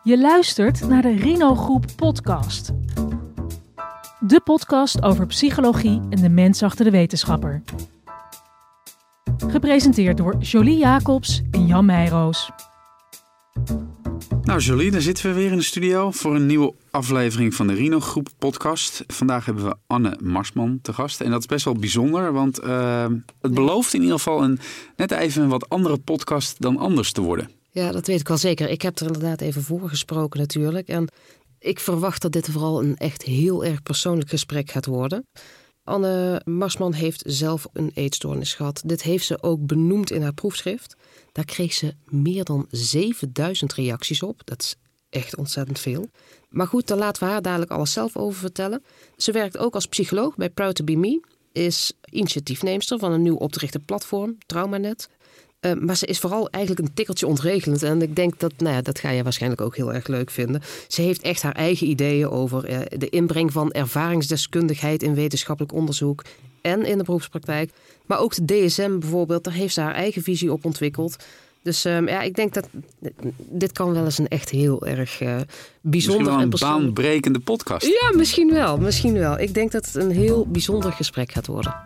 Je luistert naar de Rino Groep podcast. De podcast over psychologie en de mens achter de wetenschapper. Gepresenteerd door Jolie Jacobs en Jan Meijroos. Nou Jolie, daar zitten we weer in de studio voor een nieuwe aflevering van de Rino Groep podcast. Vandaag hebben we Anne Marsman te gast. En dat is best wel bijzonder, want het belooft in ieder geval net even een wat andere podcast dan anders te worden. Ja, dat weet ik wel zeker. Ik heb er inderdaad even voor gesproken natuurlijk. En ik verwacht dat dit vooral een echt heel erg persoonlijk gesprek gaat worden. Anne Marsman heeft zelf een eetstoornis gehad. Dit heeft ze ook benoemd in haar proefschrift. Daar kreeg ze meer dan 7000 reacties op. Dat is echt ontzettend veel. Maar goed, daar laten we haar dadelijk alles zelf over vertellen. Ze werkt ook als psycholoog bij Proud to be Me. Is initiatiefneemster van een nieuw op te richten platform, Traumanet. Maar ze is vooral eigenlijk een tikkeltje ontregelend. En ik denk dat ga je waarschijnlijk ook heel erg leuk vinden. Ze heeft echt haar eigen ideeën over de inbreng van ervaringsdeskundigheid in wetenschappelijk onderzoek en in de beroepspraktijk. Maar ook de DSM bijvoorbeeld, daar heeft ze haar eigen visie op ontwikkeld. Dus ik denk dat dit kan wel eens een echt heel erg bijzonder en misschien wel een baanbrekende podcast. Ja, misschien wel. Ik denk dat het een heel bijzonder gesprek gaat worden.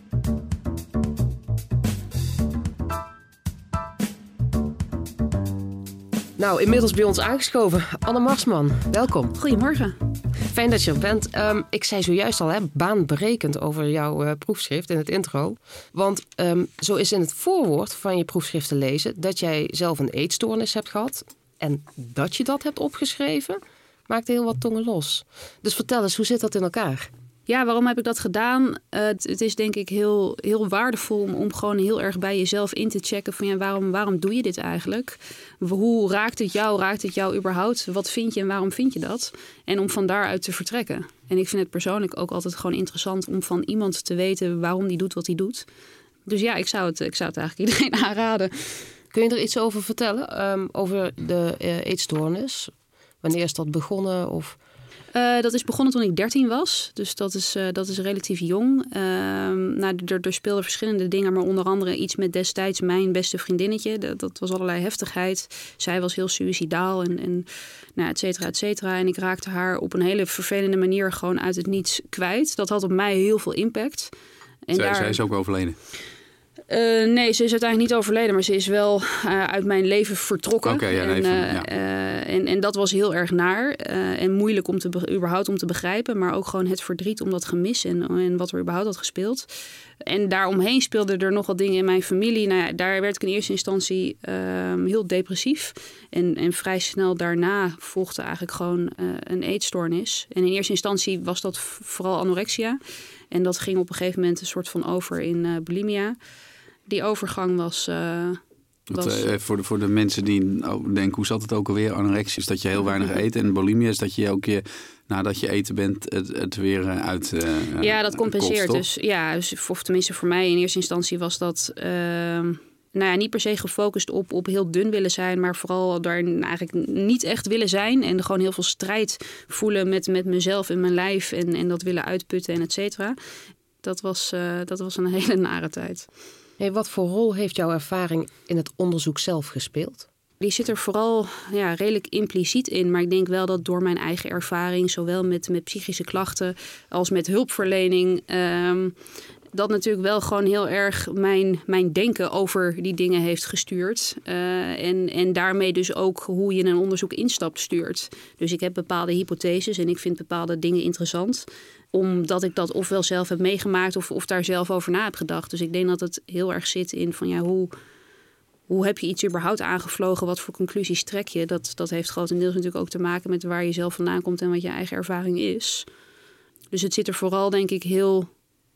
Nou, inmiddels bij ons aangeschoven. Anne Marsman, welkom. Goedemorgen. Fijn dat je er bent. Ik zei zojuist al, baanbrekend over jouw proefschrift in het intro. Want zo is in het voorwoord van je proefschrift te lezen dat jij zelf een eetstoornis hebt gehad. En dat je dat hebt opgeschreven, maakt heel wat tongen los. Dus vertel eens, hoe zit dat in elkaar? Ja, waarom heb ik dat gedaan? Het is denk ik heel, heel waardevol om gewoon heel erg bij jezelf in te checken van waarom doe je dit eigenlijk? Hoe raakt het jou? Raakt het jou überhaupt? Wat vind je en waarom vind je dat? En om van daaruit te vertrekken. En ik vind het persoonlijk ook altijd gewoon interessant om van iemand te weten waarom die doet wat hij doet. Dus ja, ik zou het eigenlijk iedereen aanraden. Kun je er iets over vertellen? Over de eetstoornis? Wanneer is dat begonnen of... Dat is begonnen toen ik 13 was. Dus dat is relatief jong. Er speelden verschillende dingen. Maar onder andere iets met destijds mijn beste vriendinnetje. Dat was allerlei heftigheid. Zij was heel suïcidaal en et cetera, et cetera. En ik raakte haar op een hele vervelende manier gewoon uit het niets kwijt. Dat had op mij heel veel impact. En zij is ook overleden? Nee, ze is uiteindelijk niet overleden, maar ze is wel uit mijn leven vertrokken. Okay, en dat was heel erg naar en moeilijk überhaupt om te begrijpen. Maar ook gewoon het verdriet om dat gemis en wat er überhaupt had gespeeld. En daaromheen speelden er nog wat dingen in mijn familie. Nou ja, daar werd ik in eerste instantie heel depressief. En vrij snel daarna volgde eigenlijk gewoon een eetstoornis. En in eerste instantie was dat vooral anorexia. En dat ging op een gegeven moment een soort van over in bulimia. Die overgang was... Voor de mensen die denken, hoe zat het ook alweer? Anorexia is dat je heel weinig eet. En bulimia is dat je ook nadat je eten bent het weer uit... ja, dat compenseert. Dus ja, of tenminste voor mij in eerste instantie was dat... niet per se gefocust op heel dun willen zijn, maar vooral daar eigenlijk niet echt willen zijn. En gewoon heel veel strijd voelen met mezelf en mijn lijf en dat willen uitputten en et cetera. Dat was een hele nare tijd. Hey, wat voor rol heeft jouw ervaring in het onderzoek zelf gespeeld? Die zit er vooral redelijk impliciet in. Maar ik denk wel dat door mijn eigen ervaring, zowel met psychische klachten als met hulpverlening... dat natuurlijk wel gewoon heel erg mijn denken over die dingen heeft gestuurd. En daarmee dus ook hoe je een onderzoek instapt stuurt. Dus ik heb bepaalde hypotheses en ik vind bepaalde dingen interessant. Omdat ik dat ofwel zelf heb meegemaakt of daar zelf over na heb gedacht. Dus ik denk dat het heel erg zit in van hoe heb je iets überhaupt aangevlogen? Wat voor conclusies trek je? Dat heeft grotendeels natuurlijk ook te maken met waar je zelf vandaan komt en wat je eigen ervaring is. Dus het zit er vooral denk ik heel...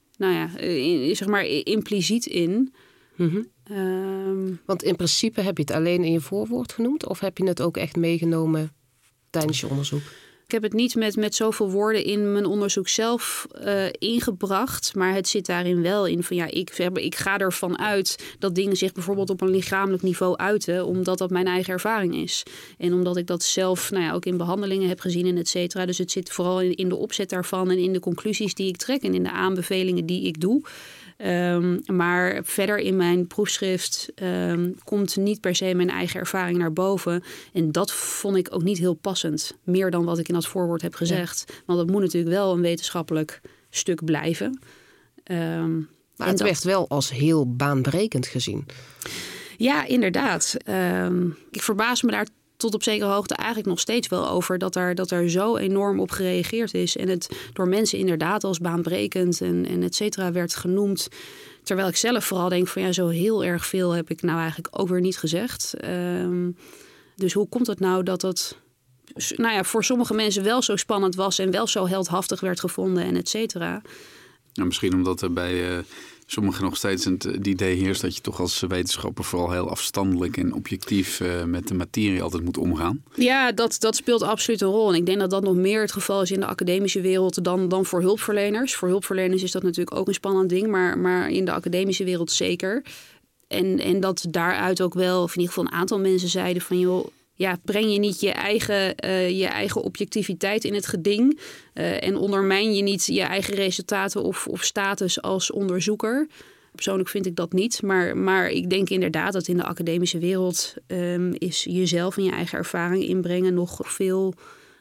impliciet in. Mm-hmm. Want in principe heb je het alleen in je voorwoord genoemd... of heb je het ook echt meegenomen tijdens je onderzoek? Ik heb het niet met zoveel woorden in mijn onderzoek zelf ingebracht. Maar het zit daarin wel in van ik ga ervan uit dat dingen zich bijvoorbeeld op een lichamelijk niveau uiten. Omdat dat mijn eigen ervaring is. En omdat ik dat zelf ook in behandelingen heb gezien en et cetera. Dus het zit vooral in de opzet daarvan en in de conclusies die ik trek. En in de aanbevelingen die ik doe. Maar verder in mijn proefschrift komt niet per se mijn eigen ervaring naar boven. En dat vond ik ook niet heel passend. Meer dan wat ik in dat voorwoord heb gezegd. Ja. Want het moet natuurlijk wel een wetenschappelijk stuk blijven. Maar het werd wel als heel baanbrekend gezien. Ja, inderdaad. Ik verbaas me daar tot op zekere hoogte eigenlijk nog steeds wel over dat er zo enorm op gereageerd is. En het door mensen inderdaad als baanbrekend en et cetera werd genoemd. Terwijl ik zelf vooral denk van ja, zo heel erg veel heb ik nou eigenlijk ook weer niet gezegd. Dus hoe komt het nou dat het voor sommige mensen wel zo spannend was en wel zo heldhaftig werd gevonden en et cetera? Nou, misschien omdat er bij sommigen nog steeds het idee heerst dat je toch als wetenschapper vooral heel afstandelijk en objectief met de materie altijd moet omgaan. Ja, dat speelt absoluut een rol. En ik denk dat dat nog meer het geval is in de academische wereld dan voor hulpverleners. Voor hulpverleners is dat natuurlijk ook een spannend ding, maar in de academische wereld zeker. En dat daaruit ook wel, of in ieder geval een aantal mensen zeiden van joh, ja, breng je niet je eigen objectiviteit in het geding en ondermijn je niet je eigen resultaten of status als onderzoeker. Persoonlijk vind ik dat niet, maar ik denk inderdaad dat in de academische wereld is jezelf en je eigen ervaring inbrengen nog veel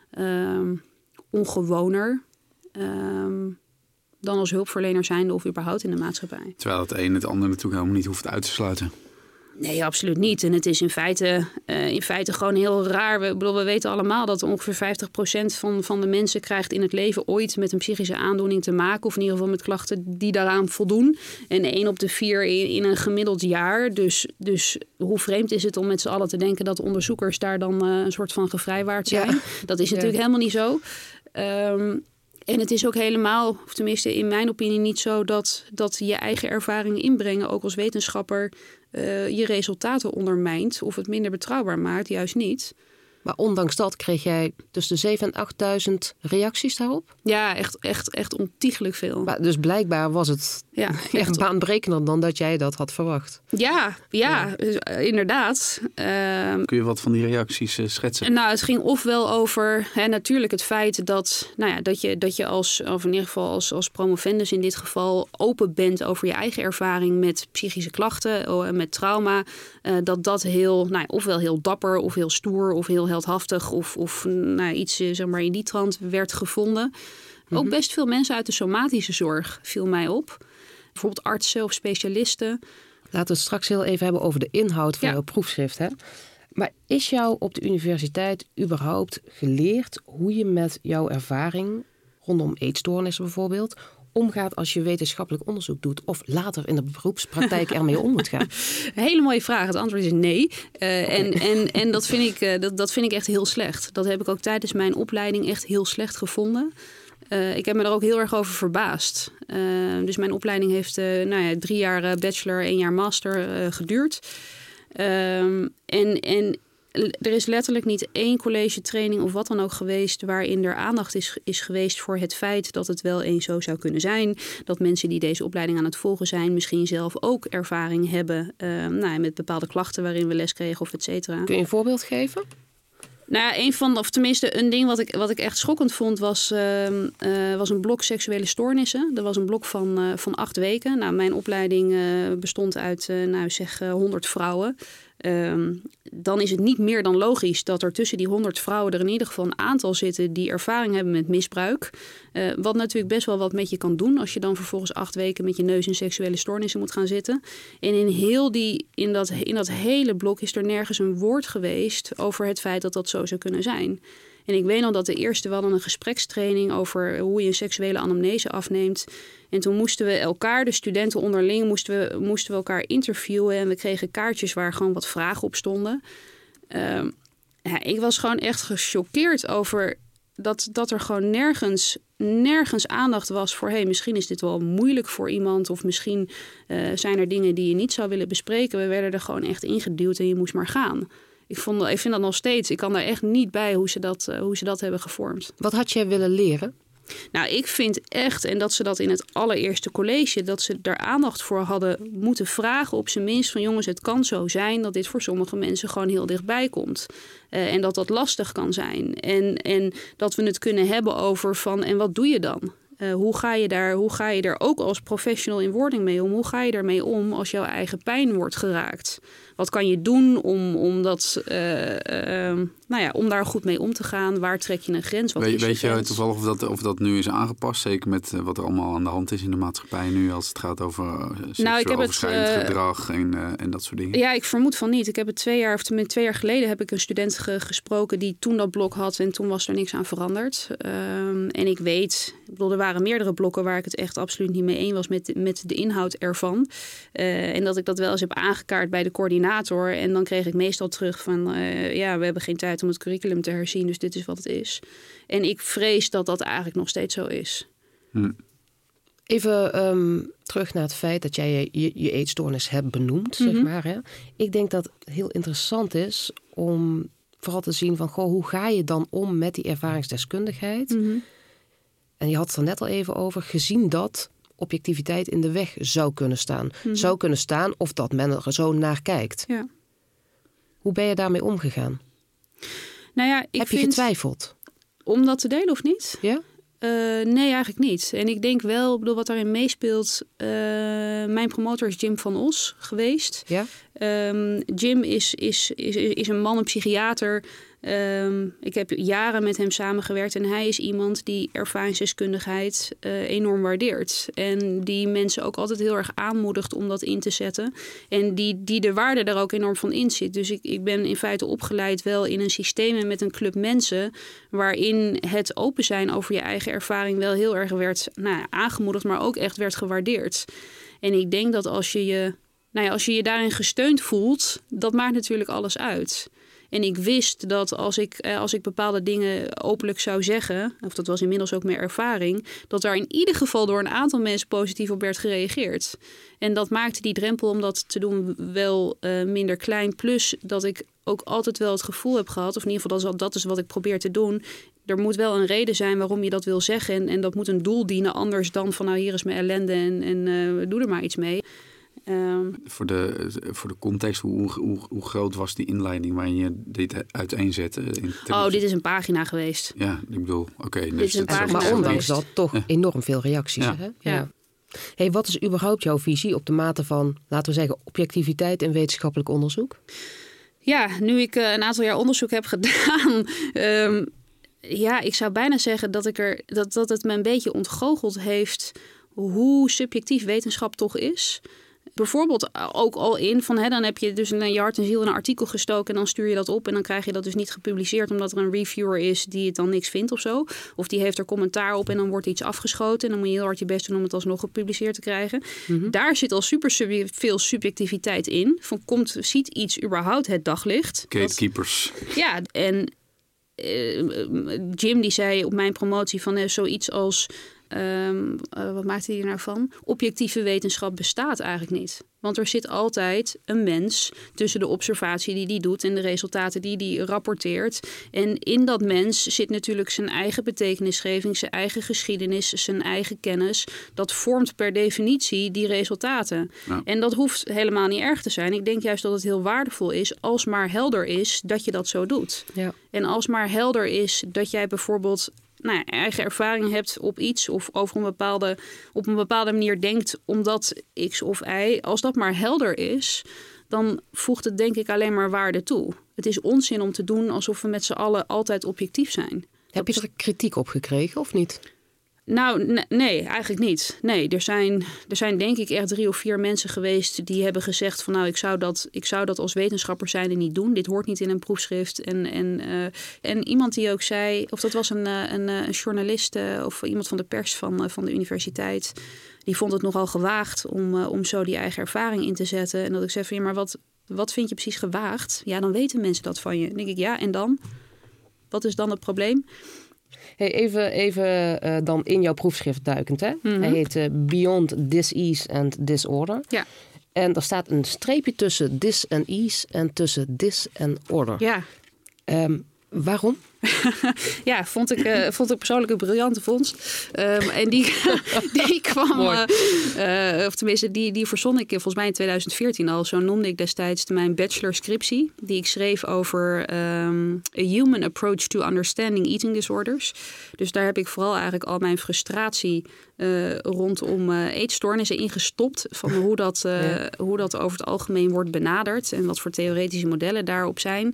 ongewoner dan als hulpverlener zijnde of überhaupt in de maatschappij. Terwijl het een het ander natuurlijk helemaal niet hoeft uit te sluiten. Nee, absoluut niet. En het is in feite gewoon heel raar. We weten allemaal dat ongeveer 50% van de mensen krijgt in het leven ooit met een psychische aandoening te maken. Of in ieder geval met klachten die daaraan voldoen. En 1 op de 4 in een gemiddeld jaar. Dus hoe vreemd is het om met z'n allen te denken dat onderzoekers daar dan een soort van gevrijwaard zijn. Ja. Dat is natuurlijk helemaal niet zo. En het is ook helemaal, of tenminste in mijn opinie niet zo dat je eigen ervaring inbrengen, ook als wetenschapper, je resultaten ondermijnt of het minder betrouwbaar maakt. Juist niet. Maar ondanks dat kreeg jij tussen de 7.000 en 8.000 reacties daarop? Ja, echt ontiegelijk veel. Maar dus blijkbaar was het echt baanbrekender dan dat jij dat had verwacht. Ja, inderdaad. Kun je wat van die reacties schetsen? Nou, het ging ofwel over natuurlijk het feit dat je als in ieder geval als promovendus in dit geval open bent over je eigen ervaring met psychische klachten, met trauma. Dat heel, ofwel heel dapper of heel stoer of heel heldhaftig of iets zeg maar in die trant werd gevonden. Ook best veel mensen uit de somatische zorg viel mij op. Bijvoorbeeld artsen of specialisten. Laten we het straks heel even hebben over de inhoud van jouw proefschrift. Hè? Maar is jou op de universiteit überhaupt geleerd hoe je met jouw ervaring rondom eetstoornissen bijvoorbeeld omgaat als je wetenschappelijk onderzoek doet of later in de beroepspraktijk ermee om moet gaan? Hele mooie vraag. Het antwoord is nee. En dat vind ik echt heel slecht. Dat heb ik ook tijdens mijn opleiding echt heel slecht gevonden. Ik heb me er ook heel erg over verbaasd. Dus mijn opleiding heeft 3 jaar bachelor, 1 jaar master geduurd. En er is letterlijk niet 1 college training of wat dan ook geweest waarin er aandacht is geweest voor het feit dat het wel eens zo zou kunnen zijn. Dat mensen die deze opleiding aan het volgen zijn misschien zelf ook ervaring hebben met bepaalde klachten waarin we les kregen of et cetera. Kun je een voorbeeld geven? Nou, een ding wat ik echt schokkend vond was een blok seksuele stoornissen. Dat was een blok van 8 weken. Nou, mijn opleiding bestond uit 100 vrouwen. Dan is het niet meer dan logisch dat er tussen die 100 vrouwen er in ieder geval een aantal zitten die ervaring hebben met misbruik. Wat natuurlijk best wel wat met je kan doen als je dan vervolgens 8 weken met je neus in seksuele stoornissen moet gaan zitten. En in dat hele blok is er nergens een woord geweest over het feit dat dat zo zou kunnen zijn. En ik weet nog dat de eerste wel een gesprekstraining over hoe je een seksuele anamnese afneemt. En toen moesten we elkaar, de studenten onderling, moesten we elkaar interviewen. En we kregen kaartjes waar gewoon wat vragen op stonden. Ik was gewoon echt gechoqueerd over dat er gewoon nergens aandacht was voor misschien is dit wel moeilijk voor iemand. Of misschien zijn er dingen die je niet zou willen bespreken. We werden er gewoon echt ingeduwd en je moest maar gaan. Ik vind dat nog steeds. Ik kan daar echt niet bij hoe ze dat hebben gevormd. Wat had jij willen leren? Nou, ik vind echt, en dat ze dat in het allereerste college, dat ze daar aandacht voor hadden moeten vragen op zijn minst van jongens, het kan zo zijn dat dit voor sommige mensen gewoon heel dichtbij komt. En dat lastig kan zijn. En dat we het kunnen hebben over van, en wat doe je dan? Hoe ga je daar ook als professional in wording mee om? Hoe ga je daarmee om als jouw eigen pijn wordt geraakt? Wat kan je doen om daar goed mee om te gaan? Waar trek je een grens? Weet je toevallig of dat nu is aangepast? Zeker met wat er allemaal aan de hand is in de maatschappij nu als het gaat over seksueel overschrijdend gedrag en dat soort dingen. Ja, ik vermoed van niet. Ik heb het 2 jaar geleden heb ik een student gesproken die toen dat blok had en toen was er niks aan veranderd. En ik weet, er waren meerdere blokken waar ik het echt absoluut niet mee eens was met de inhoud ervan. En dat ik dat wel eens heb aangekaart bij de coördinator. En dan kreeg ik meestal terug van we hebben geen tijd om het curriculum te herzien, dus dit is wat het is. En ik vrees dat dat eigenlijk nog steeds zo is. Even terug naar het feit dat jij je eetstoornis hebt benoemd, zeg maar. Hè? Ik denk dat het heel interessant is om vooral te zien van, hoe ga je dan om met die ervaringsdeskundigheid? En je had het er net al even over, gezien dat objectiviteit in de weg zou kunnen staan. Zou kunnen staan of dat men er zo naar kijkt. Ja. Hoe ben je daarmee omgegaan? Nou ja, Heb je getwijfeld? Om dat te delen of niet? Ja? Nee, eigenlijk niet. En ik denk wel, wat daarin meespeelt, mijn promotor is Jim van Os geweest. Ja? Jim is een man, een psychiater. Ik heb jaren met hem samengewerkt en hij is iemand die ervaringsdeskundigheid enorm waardeert. En die mensen ook altijd heel erg aanmoedigt om dat in te zetten. En die de waarde daar ook enorm van in zit. Dus ik ben in feite opgeleid wel in een systeem en met een club mensen waarin het open zijn over je eigen ervaring wel heel erg werd aangemoedigd, maar ook echt werd gewaardeerd. En ik denk dat als je je daarin gesteund voelt, dat maakt natuurlijk alles uit. En ik wist dat als ik bepaalde dingen openlijk zou zeggen, of dat was inmiddels ook mijn ervaring, dat daar in ieder geval door een aantal mensen positief op werd gereageerd. En dat maakte die drempel om dat te doen wel minder klein. Plus dat ik ook altijd wel het gevoel heb gehad, of in ieder geval dat is wat ik probeer te doen. Er moet wel een reden zijn waarom je dat wil zeggen. En dat moet een doel dienen, anders dan van hier is mijn ellende en doe er maar iets mee. Voor de context, hoe groot was die inleiding waarin je dit uiteenzette? Dit is een pagina geweest. Ja, ik bedoel, oké. Dit is een pagina maar ondanks geweest. dat toch enorm veel reacties. Ja. Hè? Ja. Hey, wat is überhaupt jouw visie op de mate van, laten we zeggen, objectiviteit in wetenschappelijk onderzoek? Ja, nu ik een aantal jaar onderzoek heb gedaan, ik zou bijna zeggen dat het me een beetje ontgoocheld heeft hoe subjectief wetenschap toch is. Bijvoorbeeld ook al in van dan heb je dus je hart en ziel in een artikel gestoken en dan stuur je dat op en dan krijg je dat dus niet gepubliceerd omdat er een reviewer is die het dan niks vindt of zo. Of die heeft er commentaar op en dan wordt iets afgeschoten en dan moet je heel hard je best doen om het alsnog gepubliceerd te krijgen. Daar zit al veel subjectiviteit in. Ziet iets überhaupt het daglicht? Gatekeepers. Ja, en Jim die zei op mijn promotie van zoiets als wat maakte hij er nou van? Objectieve wetenschap bestaat eigenlijk niet. Want er zit altijd een mens tussen de observatie die hij doet en de resultaten die hij rapporteert. En in dat mens zit natuurlijk zijn eigen betekenisgeving, zijn eigen geschiedenis, zijn eigen kennis. Dat vormt per definitie die resultaten. Ja. En dat hoeft helemaal niet erg te zijn. Ik denk juist dat het heel waardevol is als maar helder is dat je dat zo doet. Ja. En als maar helder is dat jij bijvoorbeeld eigen ervaring hebt op iets of op een bepaalde manier denkt omdat X of Y, als dat maar helder is, dan voegt het denk ik alleen maar waarde toe. Het is onzin om te doen alsof we met z'n allen altijd objectief zijn. Heb je er kritiek op gekregen of niet? Nou, nee, eigenlijk niet. Nee, er zijn denk ik echt 3 of 4 mensen geweest die hebben gezegd van ik zou dat als wetenschapper zijnde niet doen. Dit hoort niet in een proefschrift. En iemand die ook zei, of dat was een journalist of iemand van de pers van de universiteit, die vond het nogal gewaagd om zo die eigen ervaring in te zetten. En dat ik zei van maar wat vind je precies gewaagd? Ja, dan weten mensen dat van je. Dan denk ik, ja, en dan? Wat is dan het probleem? Hey, even dan in jouw proefschrift duikend. Hè? Hij heet Beyond Dis-ease and Disorder. Ja. En er staat een streepje tussen dis en ease en tussen dis en order. Ja. Waarom? Ja, vond ik persoonlijk een briljante vondst. En die kwam, of tenminste, die verzon ik volgens mij in 2014 al. Zo noemde ik destijds mijn bachelorscriptie, die ik schreef over A Human Approach to Understanding Eating Disorders. Dus daar heb ik vooral eigenlijk al mijn frustratie rondom eetstoornissen ingestopt. Van hoe dat over het algemeen wordt benaderd en wat voor theoretische modellen daarop zijn.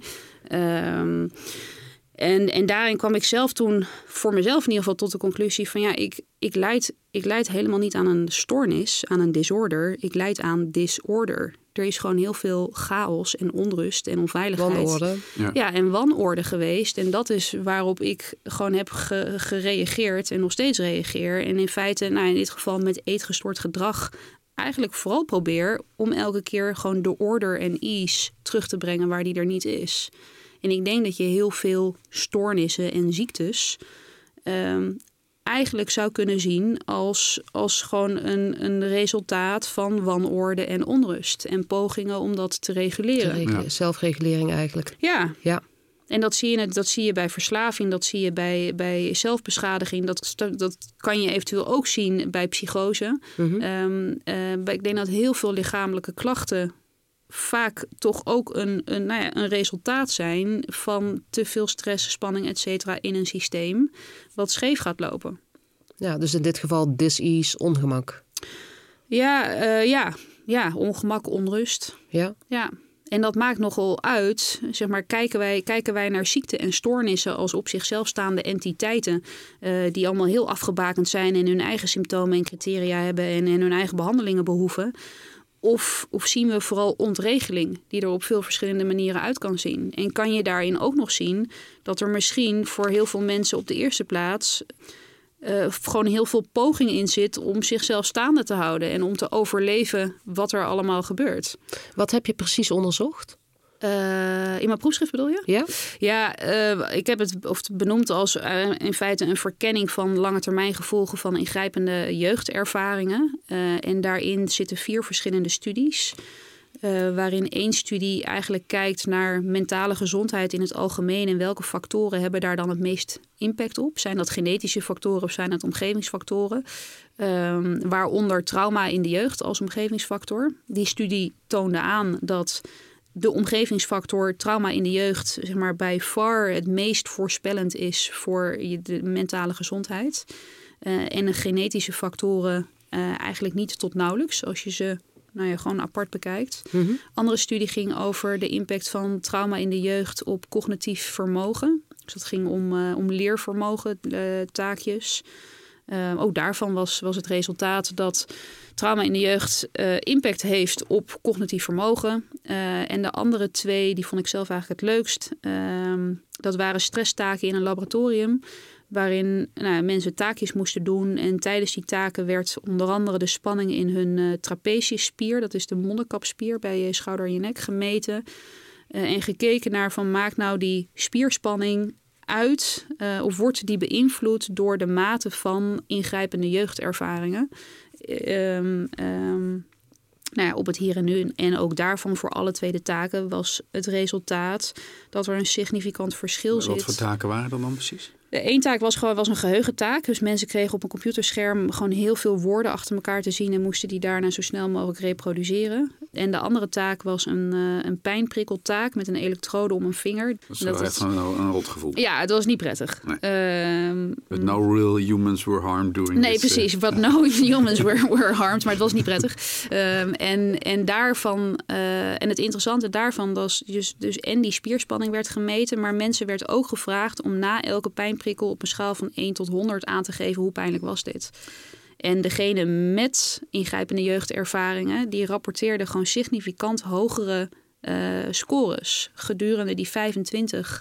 En daarin kwam ik zelf toen voor mezelf in ieder geval tot de conclusie van ik lijd helemaal niet aan een stoornis, aan een disorder. Ik lijd aan disorder. Er is gewoon heel veel chaos en onrust en onveiligheid. Wanorde. Ja, en wanorde geweest. En dat is waarop ik gewoon heb gereageerd en nog steeds reageer. En in feite, in dit geval met eetgestoord gedrag, eigenlijk vooral probeer om elke keer gewoon de order en ease terug te brengen waar die er niet is. En ik denk dat je heel veel stoornissen en ziektes eigenlijk zou kunnen zien als gewoon een resultaat van wanorde en onrust. En pogingen om dat te reguleren. Zelfregulering eigenlijk. Ja. En dat zie je bij verslaving, dat zie je bij zelfbeschadiging. Dat kan je eventueel ook zien bij psychose. Mm-hmm. Ik denk dat heel veel lichamelijke klachten vaak toch ook een resultaat zijn van te veel stress, spanning, et cetera in een systeem wat scheef gaat lopen. Ja, dus in dit geval dis-ease, ongemak. Ja, ongemak, onrust. Ja. En dat maakt nogal uit, zeg maar, kijken wij naar ziekten en stoornissen als op zichzelf staande entiteiten die allemaal heel afgebakend zijn en hun eigen symptomen en criteria hebben en hun eigen behandelingen behoeven. Of zien we vooral ontregeling die er op veel verschillende manieren uit kan zien. En kan je daarin ook nog zien dat er misschien voor heel veel mensen op de eerste plaats gewoon heel veel poging in zit om zichzelf staande te houden en om te overleven wat er allemaal gebeurt. Wat heb je precies onderzocht? In mijn proefschrift bedoel je? Ja? Ja, ik heb het benoemd als in feite een verkenning van lange termijn gevolgen van ingrijpende jeugdervaringen. En daarin zitten 4 verschillende studies. Waarin 1 studie eigenlijk kijkt naar mentale gezondheid in het algemeen en welke factoren hebben daar dan het meest impact op. Zijn dat genetische factoren of zijn dat omgevingsfactoren? Waaronder trauma in de jeugd als omgevingsfactor. Die studie toonde aan dat de omgevingsfactor trauma in de jeugd, zeg maar, by far het meest voorspellend is voor de mentale gezondheid. En de genetische factoren eigenlijk niet tot nauwelijks, als je ze gewoon apart bekijkt. Mm-hmm. Andere studie ging over de impact van trauma in de jeugd op cognitief vermogen. Dus dat ging om leervermogen, taakjes. Ook daarvan was het resultaat dat trauma in de jeugd impact heeft op cognitief vermogen. En de andere 2, die vond ik zelf eigenlijk het leukst. Dat waren stresstaken in een laboratorium, waarin mensen taakjes moesten doen. En tijdens die taken werd onder andere de spanning in hun trapeziusspier, dat is de mondenkapspier bij je schouder en je nek, gemeten. En gekeken naar van, maakt nou die spierspanning uit of wordt die beïnvloed door de mate van ingrijpende jeugdervaringen op het hier en nu. En ook daarvan voor alle 2 de taken was het resultaat dat er een significant verschil zit. Wat voor taken waren dat dan precies? De 1 taak was een geheugentaak. Dus mensen kregen op een computerscherm gewoon heel veel woorden achter elkaar te zien en moesten die daarna zo snel mogelijk reproduceren. En de andere taak was een pijnprikkeltaak met een elektrode om een vinger. Dat was echt een rotgevoel. Ja, het was niet prettig. Nee. But no real humans were harmed doing this. Nee, precies. But no humans were harmed, maar het was niet prettig. En daarvan, en het interessante daarvan was dus en die spierspanning werd gemeten, maar mensen werd ook gevraagd om na elke pijnprikkel op een schaal van 1 tot 100 aan te geven hoe pijnlijk was dit. En degene met ingrijpende jeugdervaringen, die rapporteerden gewoon significant hogere scores gedurende die 25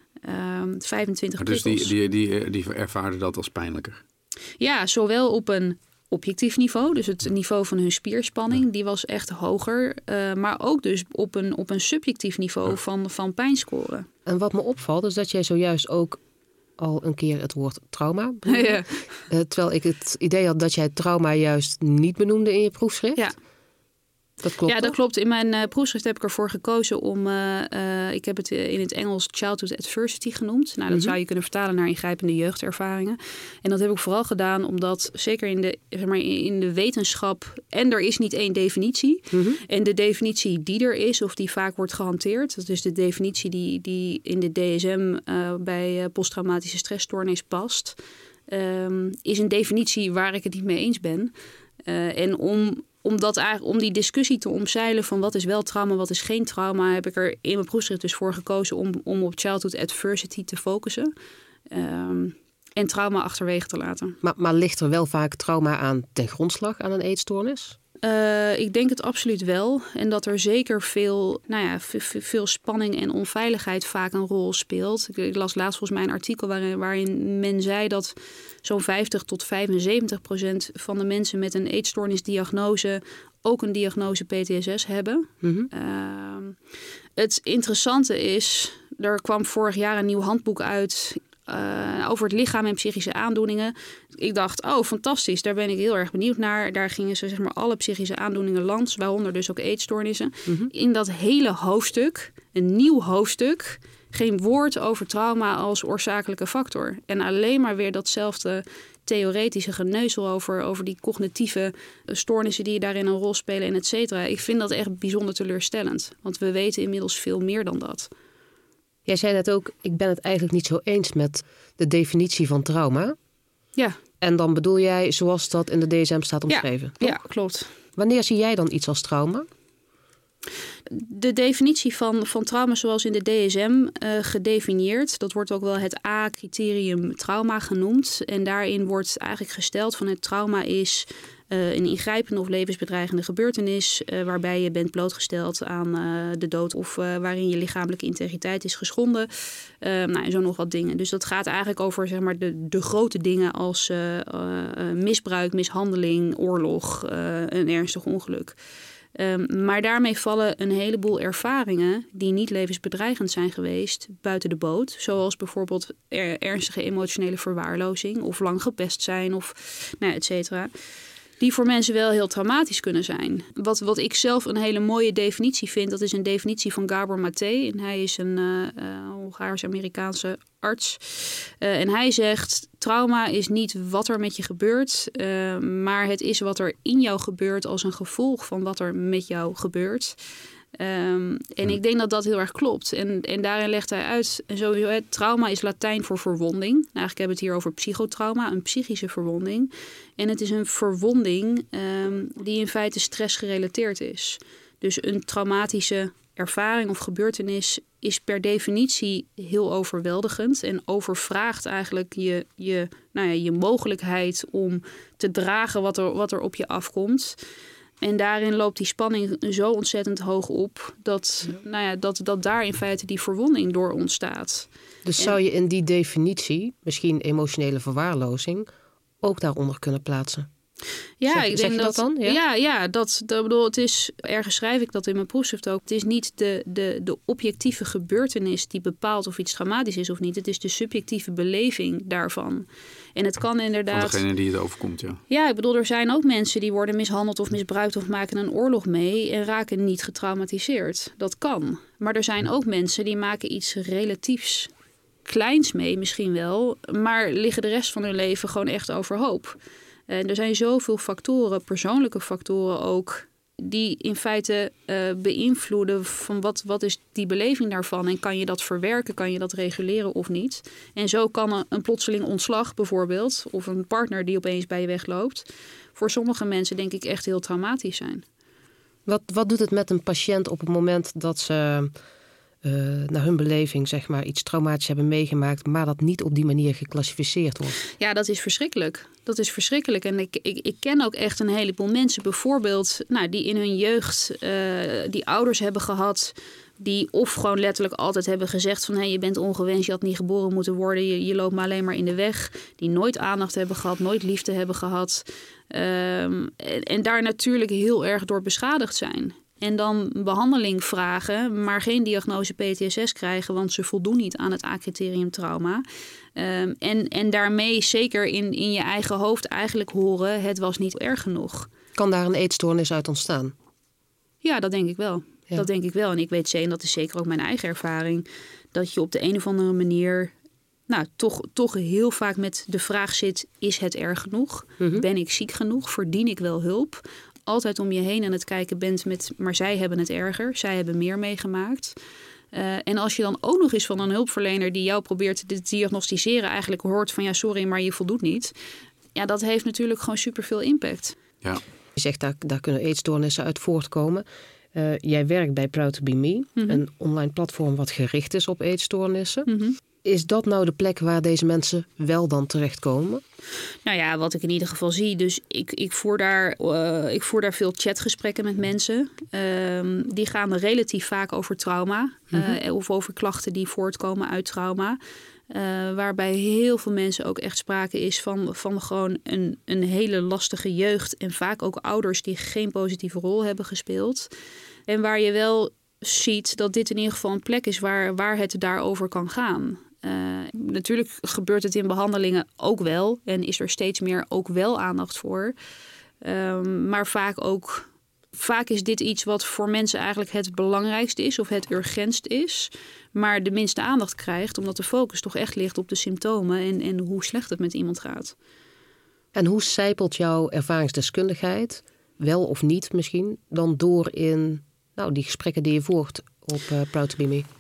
dus prikkels. Die ervaarden dat als pijnlijker? Ja, zowel op een objectief niveau, dus het niveau van hun spierspanning, die was echt hoger. Maar ook dus op een subjectief niveau van pijnscoren. En wat me opvalt is dat jij zojuist ook al een keer het woord trauma benoemde. Ja. Terwijl ik het idee had dat jij trauma juist niet benoemde in je proefschrift. Ja. Dat klopt. Ja, dat klopt. In mijn proefschrift heb ik ervoor gekozen om... ik heb het in het Engels childhood adversity genoemd. Nou, dat zou je kunnen vertalen naar ingrijpende jeugdervaringen. En dat heb ik vooral gedaan omdat zeker in de wetenschap... en er is niet één definitie. En de definitie die er is of die vaak wordt gehanteerd... dat is de definitie die in de DSM bij posttraumatische stressstoornis past... is een definitie waar ik het niet mee eens ben. En om die discussie te omzeilen van wat is wel trauma, wat is geen trauma... heb ik er in mijn proefschrift dus voor gekozen om op childhood adversity te focussen. En trauma achterwege te laten. Maar ligt er wel vaak trauma aan ten grondslag aan een eetstoornis? Ik denk het absoluut wel. En dat er zeker veel spanning en onveiligheid vaak een rol speelt. Ik las laatst volgens mij een artikel waarin men zei dat zo'n 50 tot 75% van de mensen met een eetstoornisdiagnose ook een diagnose PTSS hebben. Het interessante is, er kwam vorig jaar een nieuw handboek uit over het lichaam en psychische aandoeningen. Ik dacht, oh fantastisch, daar ben ik heel erg benieuwd naar. Daar gingen ze alle psychische aandoeningen langs, waaronder dus ook eetstoornissen. In dat hele hoofdstuk, een nieuw hoofdstuk, geen woord over trauma als oorzakelijke factor. En alleen maar weer datzelfde theoretische geneuzel over die cognitieve stoornissen die daarin een rol spelen en et cetera. Ik vind dat echt bijzonder teleurstellend, want we weten inmiddels veel meer dan dat. Jij zei net ook, ik ben het eigenlijk niet zo eens met de definitie van trauma. Ja. En dan bedoel jij zoals dat in de DSM staat omschreven? Ja, klopt. Wanneer zie jij dan iets als trauma? De definitie van trauma zoals in de DSM gedefinieerd... dat wordt ook wel het A-criterium trauma genoemd. En daarin wordt eigenlijk gesteld van het trauma is... een ingrijpende of levensbedreigende gebeurtenis... waarbij je bent blootgesteld aan de dood... of waarin je lichamelijke integriteit is geschonden. En zo nog wat dingen. Dus dat gaat eigenlijk over zeg maar, de grote dingen als misbruik, mishandeling, oorlog, een ernstig ongeluk. Maar daarmee vallen een heleboel ervaringen die niet levensbedreigend zijn geweest buiten de boot. Zoals bijvoorbeeld ernstige emotionele verwaarlozing of lang gepest zijn of et cetera. Die voor mensen wel heel traumatisch kunnen zijn. Wat ik zelf een hele mooie definitie vind, dat is een definitie van Gabor Maté. En hij is een Hongaars-Amerikaanse arts. En hij zegt, trauma is niet wat er met je gebeurt, maar het is wat er in jou gebeurt als een gevolg van wat er met jou gebeurt. En ik denk dat dat heel erg klopt. En daarin legt hij uit, sowieso, trauma is Latijn voor verwonding. Nou, eigenlijk hebben we het hier over psychotrauma, een psychische verwonding. En het is een verwonding die in feite stressgerelateerd is. Dus een traumatische ervaring of gebeurtenis is per definitie heel overweldigend en overvraagt eigenlijk je mogelijkheid om te dragen wat er op je afkomt. En daarin loopt die spanning zo ontzettend hoog op dat daar in feite die verwonding door ontstaat. Dus zou je in die definitie, misschien emotionele verwaarlozing, ook daaronder kunnen plaatsen? Ja, ik denk dat dan? Dat bedoel, het is, ergens schrijf ik dat in mijn proefschrift ook. Het is niet de objectieve gebeurtenis die bepaalt of iets traumatisch is of niet. Het is de subjectieve beleving daarvan. En het kan inderdaad... Van degene die het overkomt, ja. Ja, ik bedoel, er zijn ook mensen die worden mishandeld of misbruikt of maken een oorlog mee en raken niet getraumatiseerd. Dat kan. Maar er zijn ook mensen die maken iets relatiefs kleins mee, misschien wel, maar liggen de rest van hun leven gewoon echt overhoop. En er zijn zoveel factoren, persoonlijke factoren ook, die in feite beïnvloeden van wat is die beleving daarvan. En kan je dat verwerken, kan je dat reguleren of niet. En zo kan een plotseling ontslag bijvoorbeeld, of een partner die opeens bij je wegloopt, voor sommige mensen denk ik echt heel traumatisch zijn. Wat doet het met een patiënt op het moment dat ze naar hun beleving zeg maar iets traumatisch hebben meegemaakt, maar dat niet op die manier geclassificeerd wordt? Ja, dat is verschrikkelijk. Dat is verschrikkelijk. En ik ken ook echt een heleboel mensen bijvoorbeeld die in hun jeugd die ouders hebben gehad die of gewoon letterlijk altijd hebben gezegd van je bent ongewenst, je had niet geboren moeten worden, je loopt me alleen maar in de weg. Die nooit aandacht hebben gehad, nooit liefde hebben gehad. En daar natuurlijk heel erg door beschadigd zijn. En dan behandeling vragen, maar geen diagnose PTSS krijgen, want ze voldoen niet aan het A-criterium trauma. En daarmee zeker in je eigen hoofd eigenlijk horen, het was niet erg genoeg. Kan daar een eetstoornis uit ontstaan? Ja, dat denk ik wel. Ja. Dat denk ik wel. En ik weet zeker, en dat is zeker ook mijn eigen ervaring, dat je op de een of andere manier toch heel vaak met de vraag zit, is het erg genoeg? Mm-hmm. Ben ik ziek genoeg? Verdien ik wel hulp? Altijd om je heen aan het kijken bent met, maar zij hebben het erger. Zij hebben meer meegemaakt. En als je dan ook nog eens van een hulpverlener die jou probeert te diagnosticeren eigenlijk hoort van ja, sorry, maar je voldoet niet. Ja, dat heeft natuurlijk gewoon superveel impact. Ja. Je zegt, daar kunnen eetstoornissen uit voortkomen. Jij werkt bij Proud to be Me, een online platform wat gericht is op eetstoornissen. Mm-hmm. Is dat nou de plek waar deze mensen wel dan terechtkomen? Nou ja, wat ik in ieder geval zie. Dus ik voer daar veel chatgesprekken met mensen. Die gaan relatief vaak over trauma. Of over klachten die voortkomen uit trauma. Waarbij heel veel mensen ook echt sprake is van gewoon een hele lastige jeugd. En vaak ook ouders die geen positieve rol hebben gespeeld. En waar je wel ziet dat dit in ieder geval een plek is waar het daarover kan gaan. Natuurlijk gebeurt het in behandelingen ook wel. En is er steeds meer ook wel aandacht voor. Maar vaak is dit iets wat voor mensen eigenlijk het belangrijkste is. Of het urgentst is. Maar de minste aandacht krijgt. Omdat de focus toch echt ligt op de symptomen. En hoe slecht het met iemand gaat. En hoe sijpelt jouw ervaringsdeskundigheid, wel of niet misschien, dan door in die gesprekken die je voert op Proud to be Me?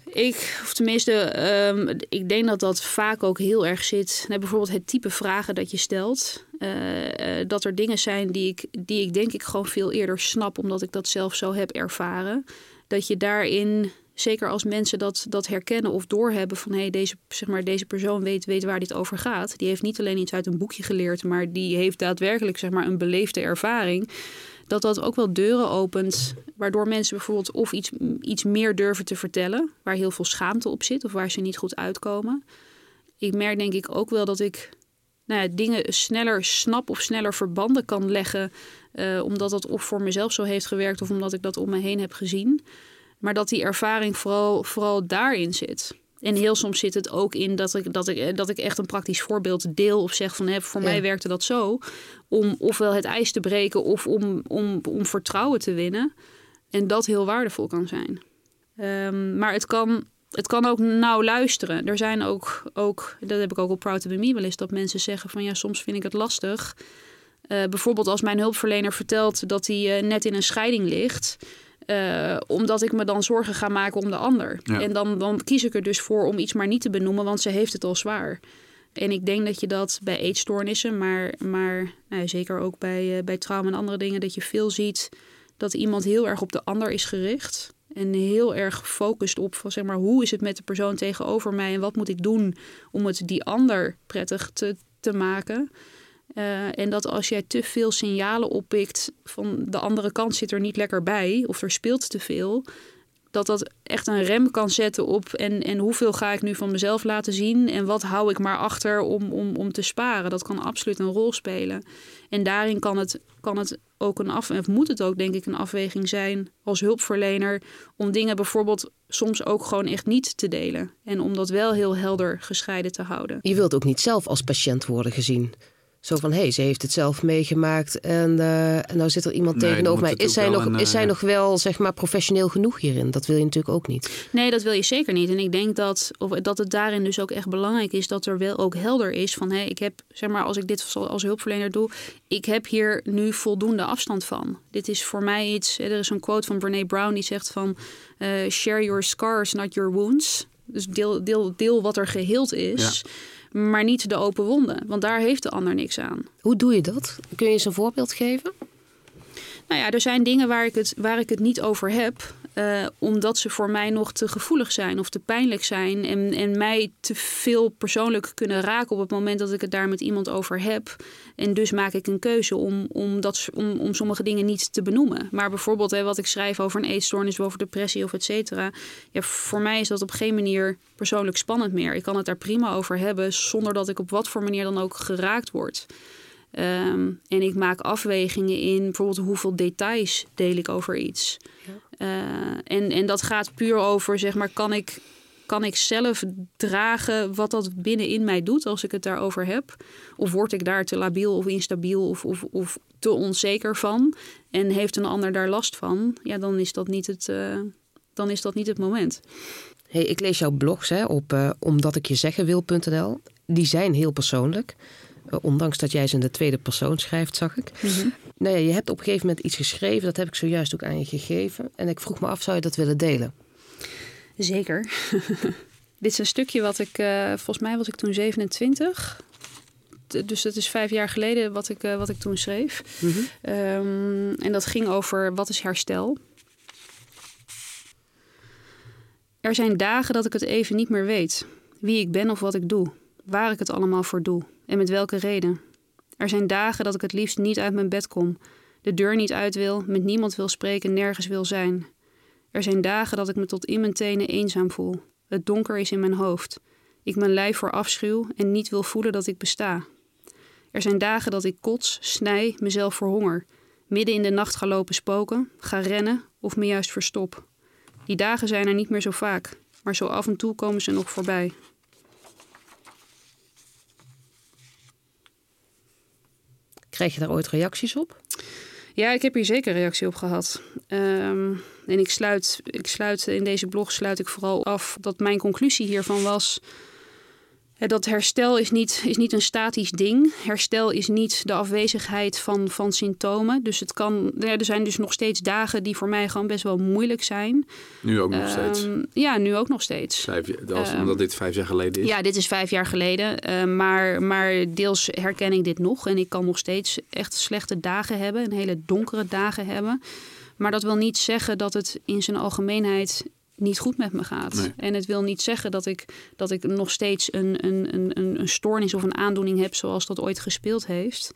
Ik denk dat vaak ook heel erg zit. Bijvoorbeeld het type vragen dat je stelt. Dat er dingen zijn die ik denk ik gewoon veel eerder snap, omdat ik dat zelf zo heb ervaren. Dat je daarin, zeker als mensen dat herkennen of doorhebben van deze persoon weet waar dit over gaat. Die heeft niet alleen iets uit een boekje geleerd, maar die heeft daadwerkelijk een beleefde ervaring. Dat ook wel deuren opent, waardoor mensen bijvoorbeeld of iets meer durven te vertellen, waar heel veel schaamte op zit of waar ze niet goed uitkomen. Ik merk denk ik ook wel dat ik dingen sneller snap of sneller verbanden kan leggen, omdat dat of voor mezelf zo heeft gewerkt of omdat ik dat om me heen heb gezien. Maar dat die ervaring vooral daarin zit. En heel soms zit het ook in dat ik echt een praktisch voorbeeld deel of zeg van voor mij werkte dat zo. Om ofwel het ijs te breken of om vertrouwen te winnen. En dat heel waardevol kan zijn. Maar het kan ook nauw luisteren. Er zijn ook, dat heb ik ook op Proud to be Me wel eens, dat mensen zeggen van ja, soms vind ik het lastig. Bijvoorbeeld als mijn hulpverlener vertelt dat hij net in een scheiding ligt. Omdat ik me dan zorgen ga maken om de ander. Ja. En dan kies ik er dus voor om iets maar niet te benoemen, want ze heeft het al zwaar. En ik denk dat je dat bij eetstoornissen, maar zeker ook bij trauma en andere dingen, dat je veel ziet dat iemand heel erg op de ander is gericht. En heel erg gefocust op van, hoe is het met de persoon tegenover mij en wat moet ik doen om het die ander prettig te maken. En dat als jij te veel signalen oppikt van de andere kant zit er niet lekker bij of er speelt te veel, dat echt een rem kan zetten op en hoeveel ga ik nu van mezelf laten zien en wat hou ik maar achter om te sparen. Dat kan absoluut een rol spelen. En daarin kan het ook moet het ook denk ik een afweging zijn als hulpverlener om dingen bijvoorbeeld soms ook gewoon echt niet te delen. En om dat wel heel helder gescheiden te houden. Je wilt ook niet zelf als patiënt worden gezien. Zo van, ze heeft het zelf meegemaakt en nou zit er iemand tegenover mij. Is zij nog wel, professioneel genoeg hierin? Dat wil je natuurlijk ook niet. Nee, dat wil je zeker niet. En ik denk dat het daarin dus ook echt belangrijk is dat er wel ook helder is van, ik heb, als ik dit als hulpverlener doe, ik heb hier nu voldoende afstand van. Dit is voor mij iets, er is een quote van Brené Brown die zegt van, share your scars, not your wounds. Dus deel wat er geheeld is. Ja. Maar niet de open wonden, want daar heeft de ander niks aan. Hoe doe je dat? Kun je eens een voorbeeld geven? Nou ja, er zijn dingen waar ik het niet over heb, omdat ze voor mij nog te gevoelig zijn of te pijnlijk zijn en mij te veel persoonlijk kunnen raken op het moment dat ik het daar met iemand over heb. En dus maak ik een keuze om sommige dingen niet te benoemen. Maar bijvoorbeeld wat ik schrijf over een eetstoornis of over depressie of et cetera. Ja, voor mij is dat op geen manier persoonlijk spannend meer. Ik kan het daar prima over hebben zonder dat ik op wat voor manier dan ook geraakt word. En ik maak afwegingen in bijvoorbeeld hoeveel details deel ik over iets. Ja. En dat gaat puur over, kan ik zelf dragen wat dat binnenin mij doet als ik het daarover heb? Of word ik daar te labiel of instabiel of te onzeker van? En heeft een ander daar last van? Ja, dan is dat niet het moment. Hey, ik lees jouw blogs op omdatikjezeggenwil.nl. Die zijn heel persoonlijk. Ondanks dat jij ze in de tweede persoon schrijft, zag ik. Mm-hmm. Nou ja, je hebt op een gegeven moment iets geschreven. Dat heb ik zojuist ook aan je gegeven. En ik vroeg me af, zou je dat willen delen? Zeker. Dit is een stukje wat ik... volgens mij was ik toen 27. Dus dat is 5 jaar geleden wat ik toen schreef. Mm-hmm. En dat ging over wat is herstel. Er zijn dagen dat ik het even niet meer weet. Wie ik ben of wat ik doe. Waar ik het allemaal voor doe. En met welke reden. Er zijn dagen dat ik het liefst niet uit mijn bed kom. De deur niet uit wil, met niemand wil spreken, nergens wil zijn. Er zijn dagen dat ik me tot in mijn tenen eenzaam voel. Het donker is in mijn hoofd. Ik mijn lijf voor afschuw en niet wil voelen dat ik besta. Er zijn dagen dat ik kots, snij, mezelf verhonger. Midden in de nacht ga lopen spoken, ga rennen of me juist verstop. Die dagen zijn er niet meer zo vaak, maar zo af en toe komen ze nog voorbij. Krijg je daar ooit reacties op? Ja, ik heb hier zeker reactie op gehad. En ik sluit in deze blog sluit ik vooral af dat mijn conclusie hiervan was dat herstel is niet een statisch ding. Herstel is niet de afwezigheid van symptomen. Dus er zijn dus nog steeds dagen die voor mij gewoon best wel moeilijk zijn. Nu ook nog steeds? Ja, nu ook nog steeds. Omdat dit 5 jaar geleden is? Ja, dit is 5 jaar geleden. Maar deels herken ik dit nog. En ik kan nog steeds echt slechte dagen hebben. En hele donkere dagen hebben. Maar dat wil niet zeggen dat het in zijn algemeenheid niet goed met me gaat. Nee. En het wil niet zeggen dat ik nog steeds een stoornis of een aandoening heb zoals dat ooit gespeeld heeft.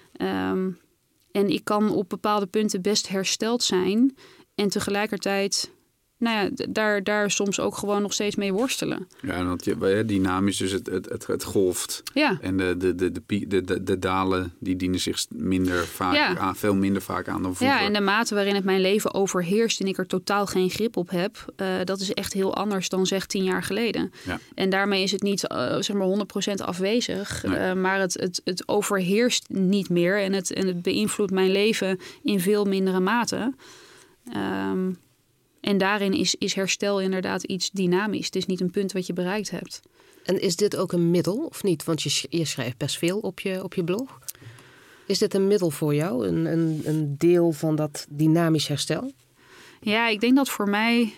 En ik kan op bepaalde punten best hersteld zijn en tegelijkertijd daar soms ook gewoon nog steeds mee worstelen. Ja, want dynamisch, dus het golft. Ja. En de dalen, die dienen zich minder vaak aan, veel minder vaak aan dan vroeger. Ja, en de mate waarin het mijn leven overheerst en ik er totaal geen grip op heb, dat is echt heel anders dan zeg 10 jaar geleden. Ja. En daarmee is het niet 100% afwezig, nee. Maar het overheerst niet meer en het beïnvloedt mijn leven in veel mindere mate. En daarin is herstel inderdaad iets dynamisch. Het is niet een punt wat je bereikt hebt. En is dit ook een middel of niet? Want je schrijft best veel op je blog. Is dit een middel voor jou? Een deel van dat dynamisch herstel? Ja, ik denk dat voor mij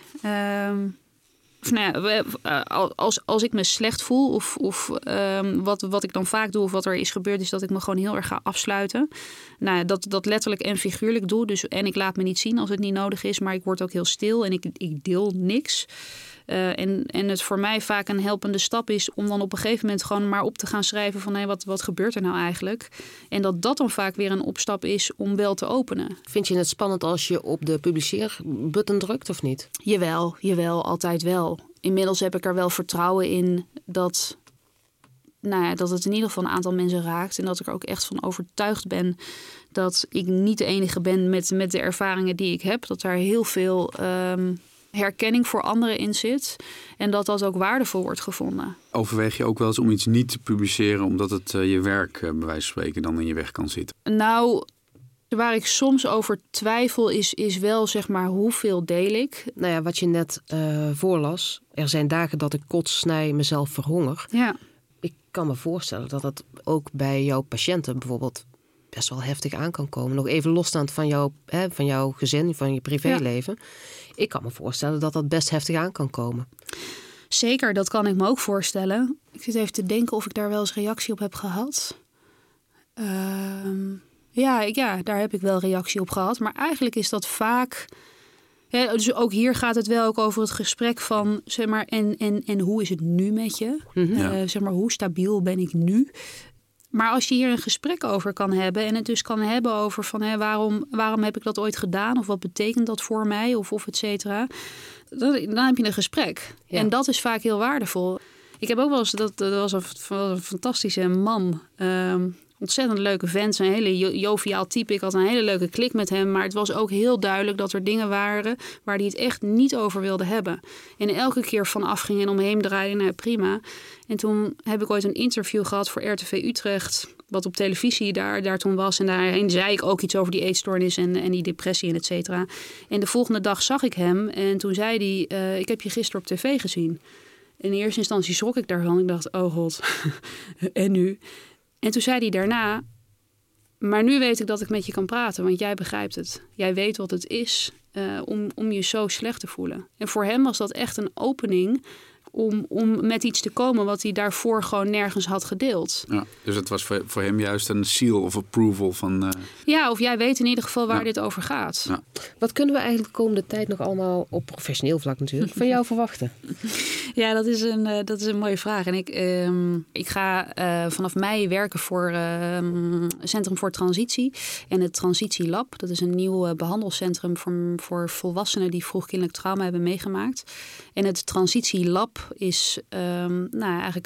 als ik me slecht voel of wat ik dan vaak doe of wat er is gebeurd is dat ik me gewoon heel erg ga afsluiten. Nou, dat letterlijk en figuurlijk doe. Dus, en ik laat me niet zien als het niet nodig is, maar ik word ook heel stil en ik deel niks. En het voor mij vaak een helpende stap is om dan op een gegeven moment gewoon maar op te gaan schrijven van wat gebeurt er nou eigenlijk? En dat dan vaak weer een opstap is om wel te openen. Vind je het spannend als je op de publiceerbutton drukt of niet? Jawel, altijd wel. Inmiddels heb ik er wel vertrouwen in dat het in ieder geval een aantal mensen raakt. En dat ik er ook echt van overtuigd ben dat ik niet de enige ben met de ervaringen die ik heb. Dat daar heel veel herkenning voor anderen in zit. En dat ook waardevol wordt gevonden. Overweeg je ook wel eens om iets niet te publiceren omdat het je werk bij wijze van spreken dan in je weg kan zitten? Nou, waar ik soms over twijfel is wel zeg maar hoeveel deel ik. Nou ja, wat je net voorlas. Er zijn dagen dat ik kots, snij, mezelf verhonger. Ja. Ik kan me voorstellen dat dat ook bij jouw patiënten bijvoorbeeld best wel heftig aan kan komen. Nog even losstaand van jouw gezin, van je privéleven. Ja. Ik kan me voorstellen dat dat best heftig aan kan komen. Zeker, dat kan ik me ook voorstellen. Ik zit even te denken of ik daar wel eens reactie op heb gehad. Ja, daar heb ik wel reactie op gehad. Maar eigenlijk is dat vaak. Ja, dus ook hier gaat het wel ook over het gesprek van zeg maar en hoe is het nu met je? Mm-hmm. Zeg maar, hoe stabiel ben ik nu? Maar als je hier een gesprek over kan hebben en het dus kan hebben over van waarom heb ik dat ooit gedaan of wat betekent dat voor mij of et cetera, dan heb je een gesprek. Ja. En dat is vaak heel waardevol. Ik heb ook wel eens, dat was een fantastische man ontzettend leuke vent, een hele joviaal type. Ik had een hele leuke klik met hem. Maar het was ook heel duidelijk dat er dingen waren waar hij het echt niet over wilde hebben. En elke keer van afging en omheen draaide. Nou, prima. En toen heb ik ooit een interview gehad voor RTV Utrecht, wat op televisie daar toen was. En daarheen zei ik ook iets over die eetstoornis en die depressie en et cetera. En de volgende dag zag ik hem en toen zei hij, ik heb je gisteren op tv gezien. In eerste instantie schrok ik daarvan. Ik dacht, oh god, en nu? En toen zei hij daarna, maar nu weet ik dat ik met je kan praten, want jij begrijpt het. Jij weet wat het is om je zo slecht te voelen. En voor hem was dat echt een opening om met iets te komen wat hij daarvoor gewoon nergens had gedeeld. Ja, dus het was voor hem juist een seal of approval van... Ja, of jij weet in ieder geval waar dit over gaat. Ja. Wat kunnen we eigenlijk de komende tijd nog allemaal op professioneel vlak natuurlijk van jou verwachten? Ja, dat is een mooie vraag. En ik ga vanaf mei werken voor Centrum voor Transitie en het Transitielab. Dat is een nieuw behandelcentrum voor volwassenen die vroegkindelijk trauma hebben meegemaakt. En het Transitielab is eigenlijk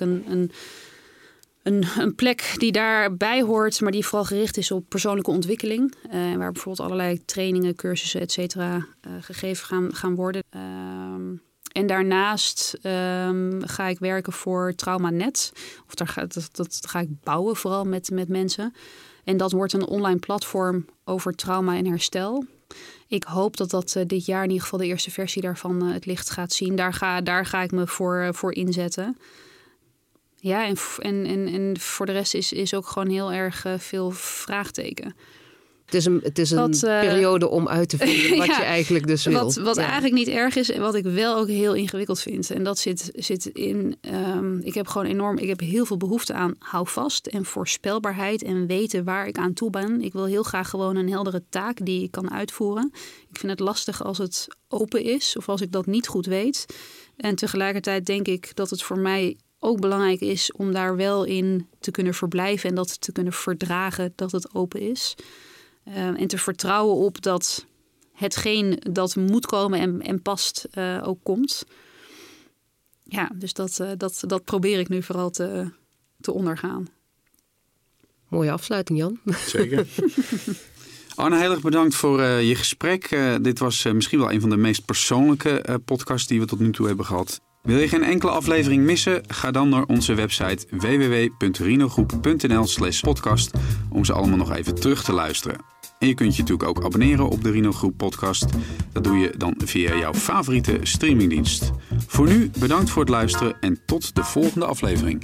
een plek die daarbij hoort, maar die vooral gericht is op persoonlijke ontwikkeling. Waar bijvoorbeeld allerlei trainingen, cursussen, et cetera gegeven gaan worden. En daarnaast ga ik werken voor TraumaNet. Dat ga ik bouwen vooral met mensen. En dat wordt een online platform over trauma en herstel. Ik hoop dat dit jaar in ieder geval de eerste versie daarvan het licht gaat zien. Daar ga ik me voor inzetten. Ja, en voor de rest is ook gewoon heel erg veel vraagteken. Het is een periode om uit te vinden wat je eigenlijk dus wil. Wat eigenlijk niet erg is en wat ik wel ook heel ingewikkeld vind. En dat zit in... Ik heb heel veel behoefte aan houvast en voorspelbaarheid en weten waar ik aan toe ben. Ik wil heel graag gewoon een heldere taak die ik kan uitvoeren. Ik vind het lastig als het open is of als ik dat niet goed weet. En tegelijkertijd denk ik dat het voor mij ook belangrijk is om daar wel in te kunnen verblijven en dat te kunnen verdragen dat het open is. En te vertrouwen op dat hetgeen dat moet komen en past ook komt. Ja, dus dat probeer ik nu vooral te ondergaan. Mooie afsluiting, Jan. Zeker. Anne, heel erg bedankt voor je gesprek. Dit was misschien wel een van de meest persoonlijke podcasts die we tot nu toe hebben gehad. Wil je geen enkele aflevering missen? Ga dan naar onze website www.rinogroep.nl/podcast om ze allemaal nog even terug te luisteren. En je kunt je natuurlijk ook abonneren op de Rino Groep podcast. Dat doe je dan via jouw favoriete streamingdienst. Voor nu bedankt voor het luisteren en tot de volgende aflevering.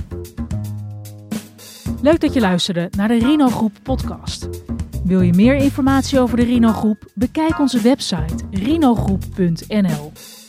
Leuk dat je luisterde naar de Rino Groep podcast. Wil je meer informatie over de Rino Groep? Bekijk onze website rinogroep.nl.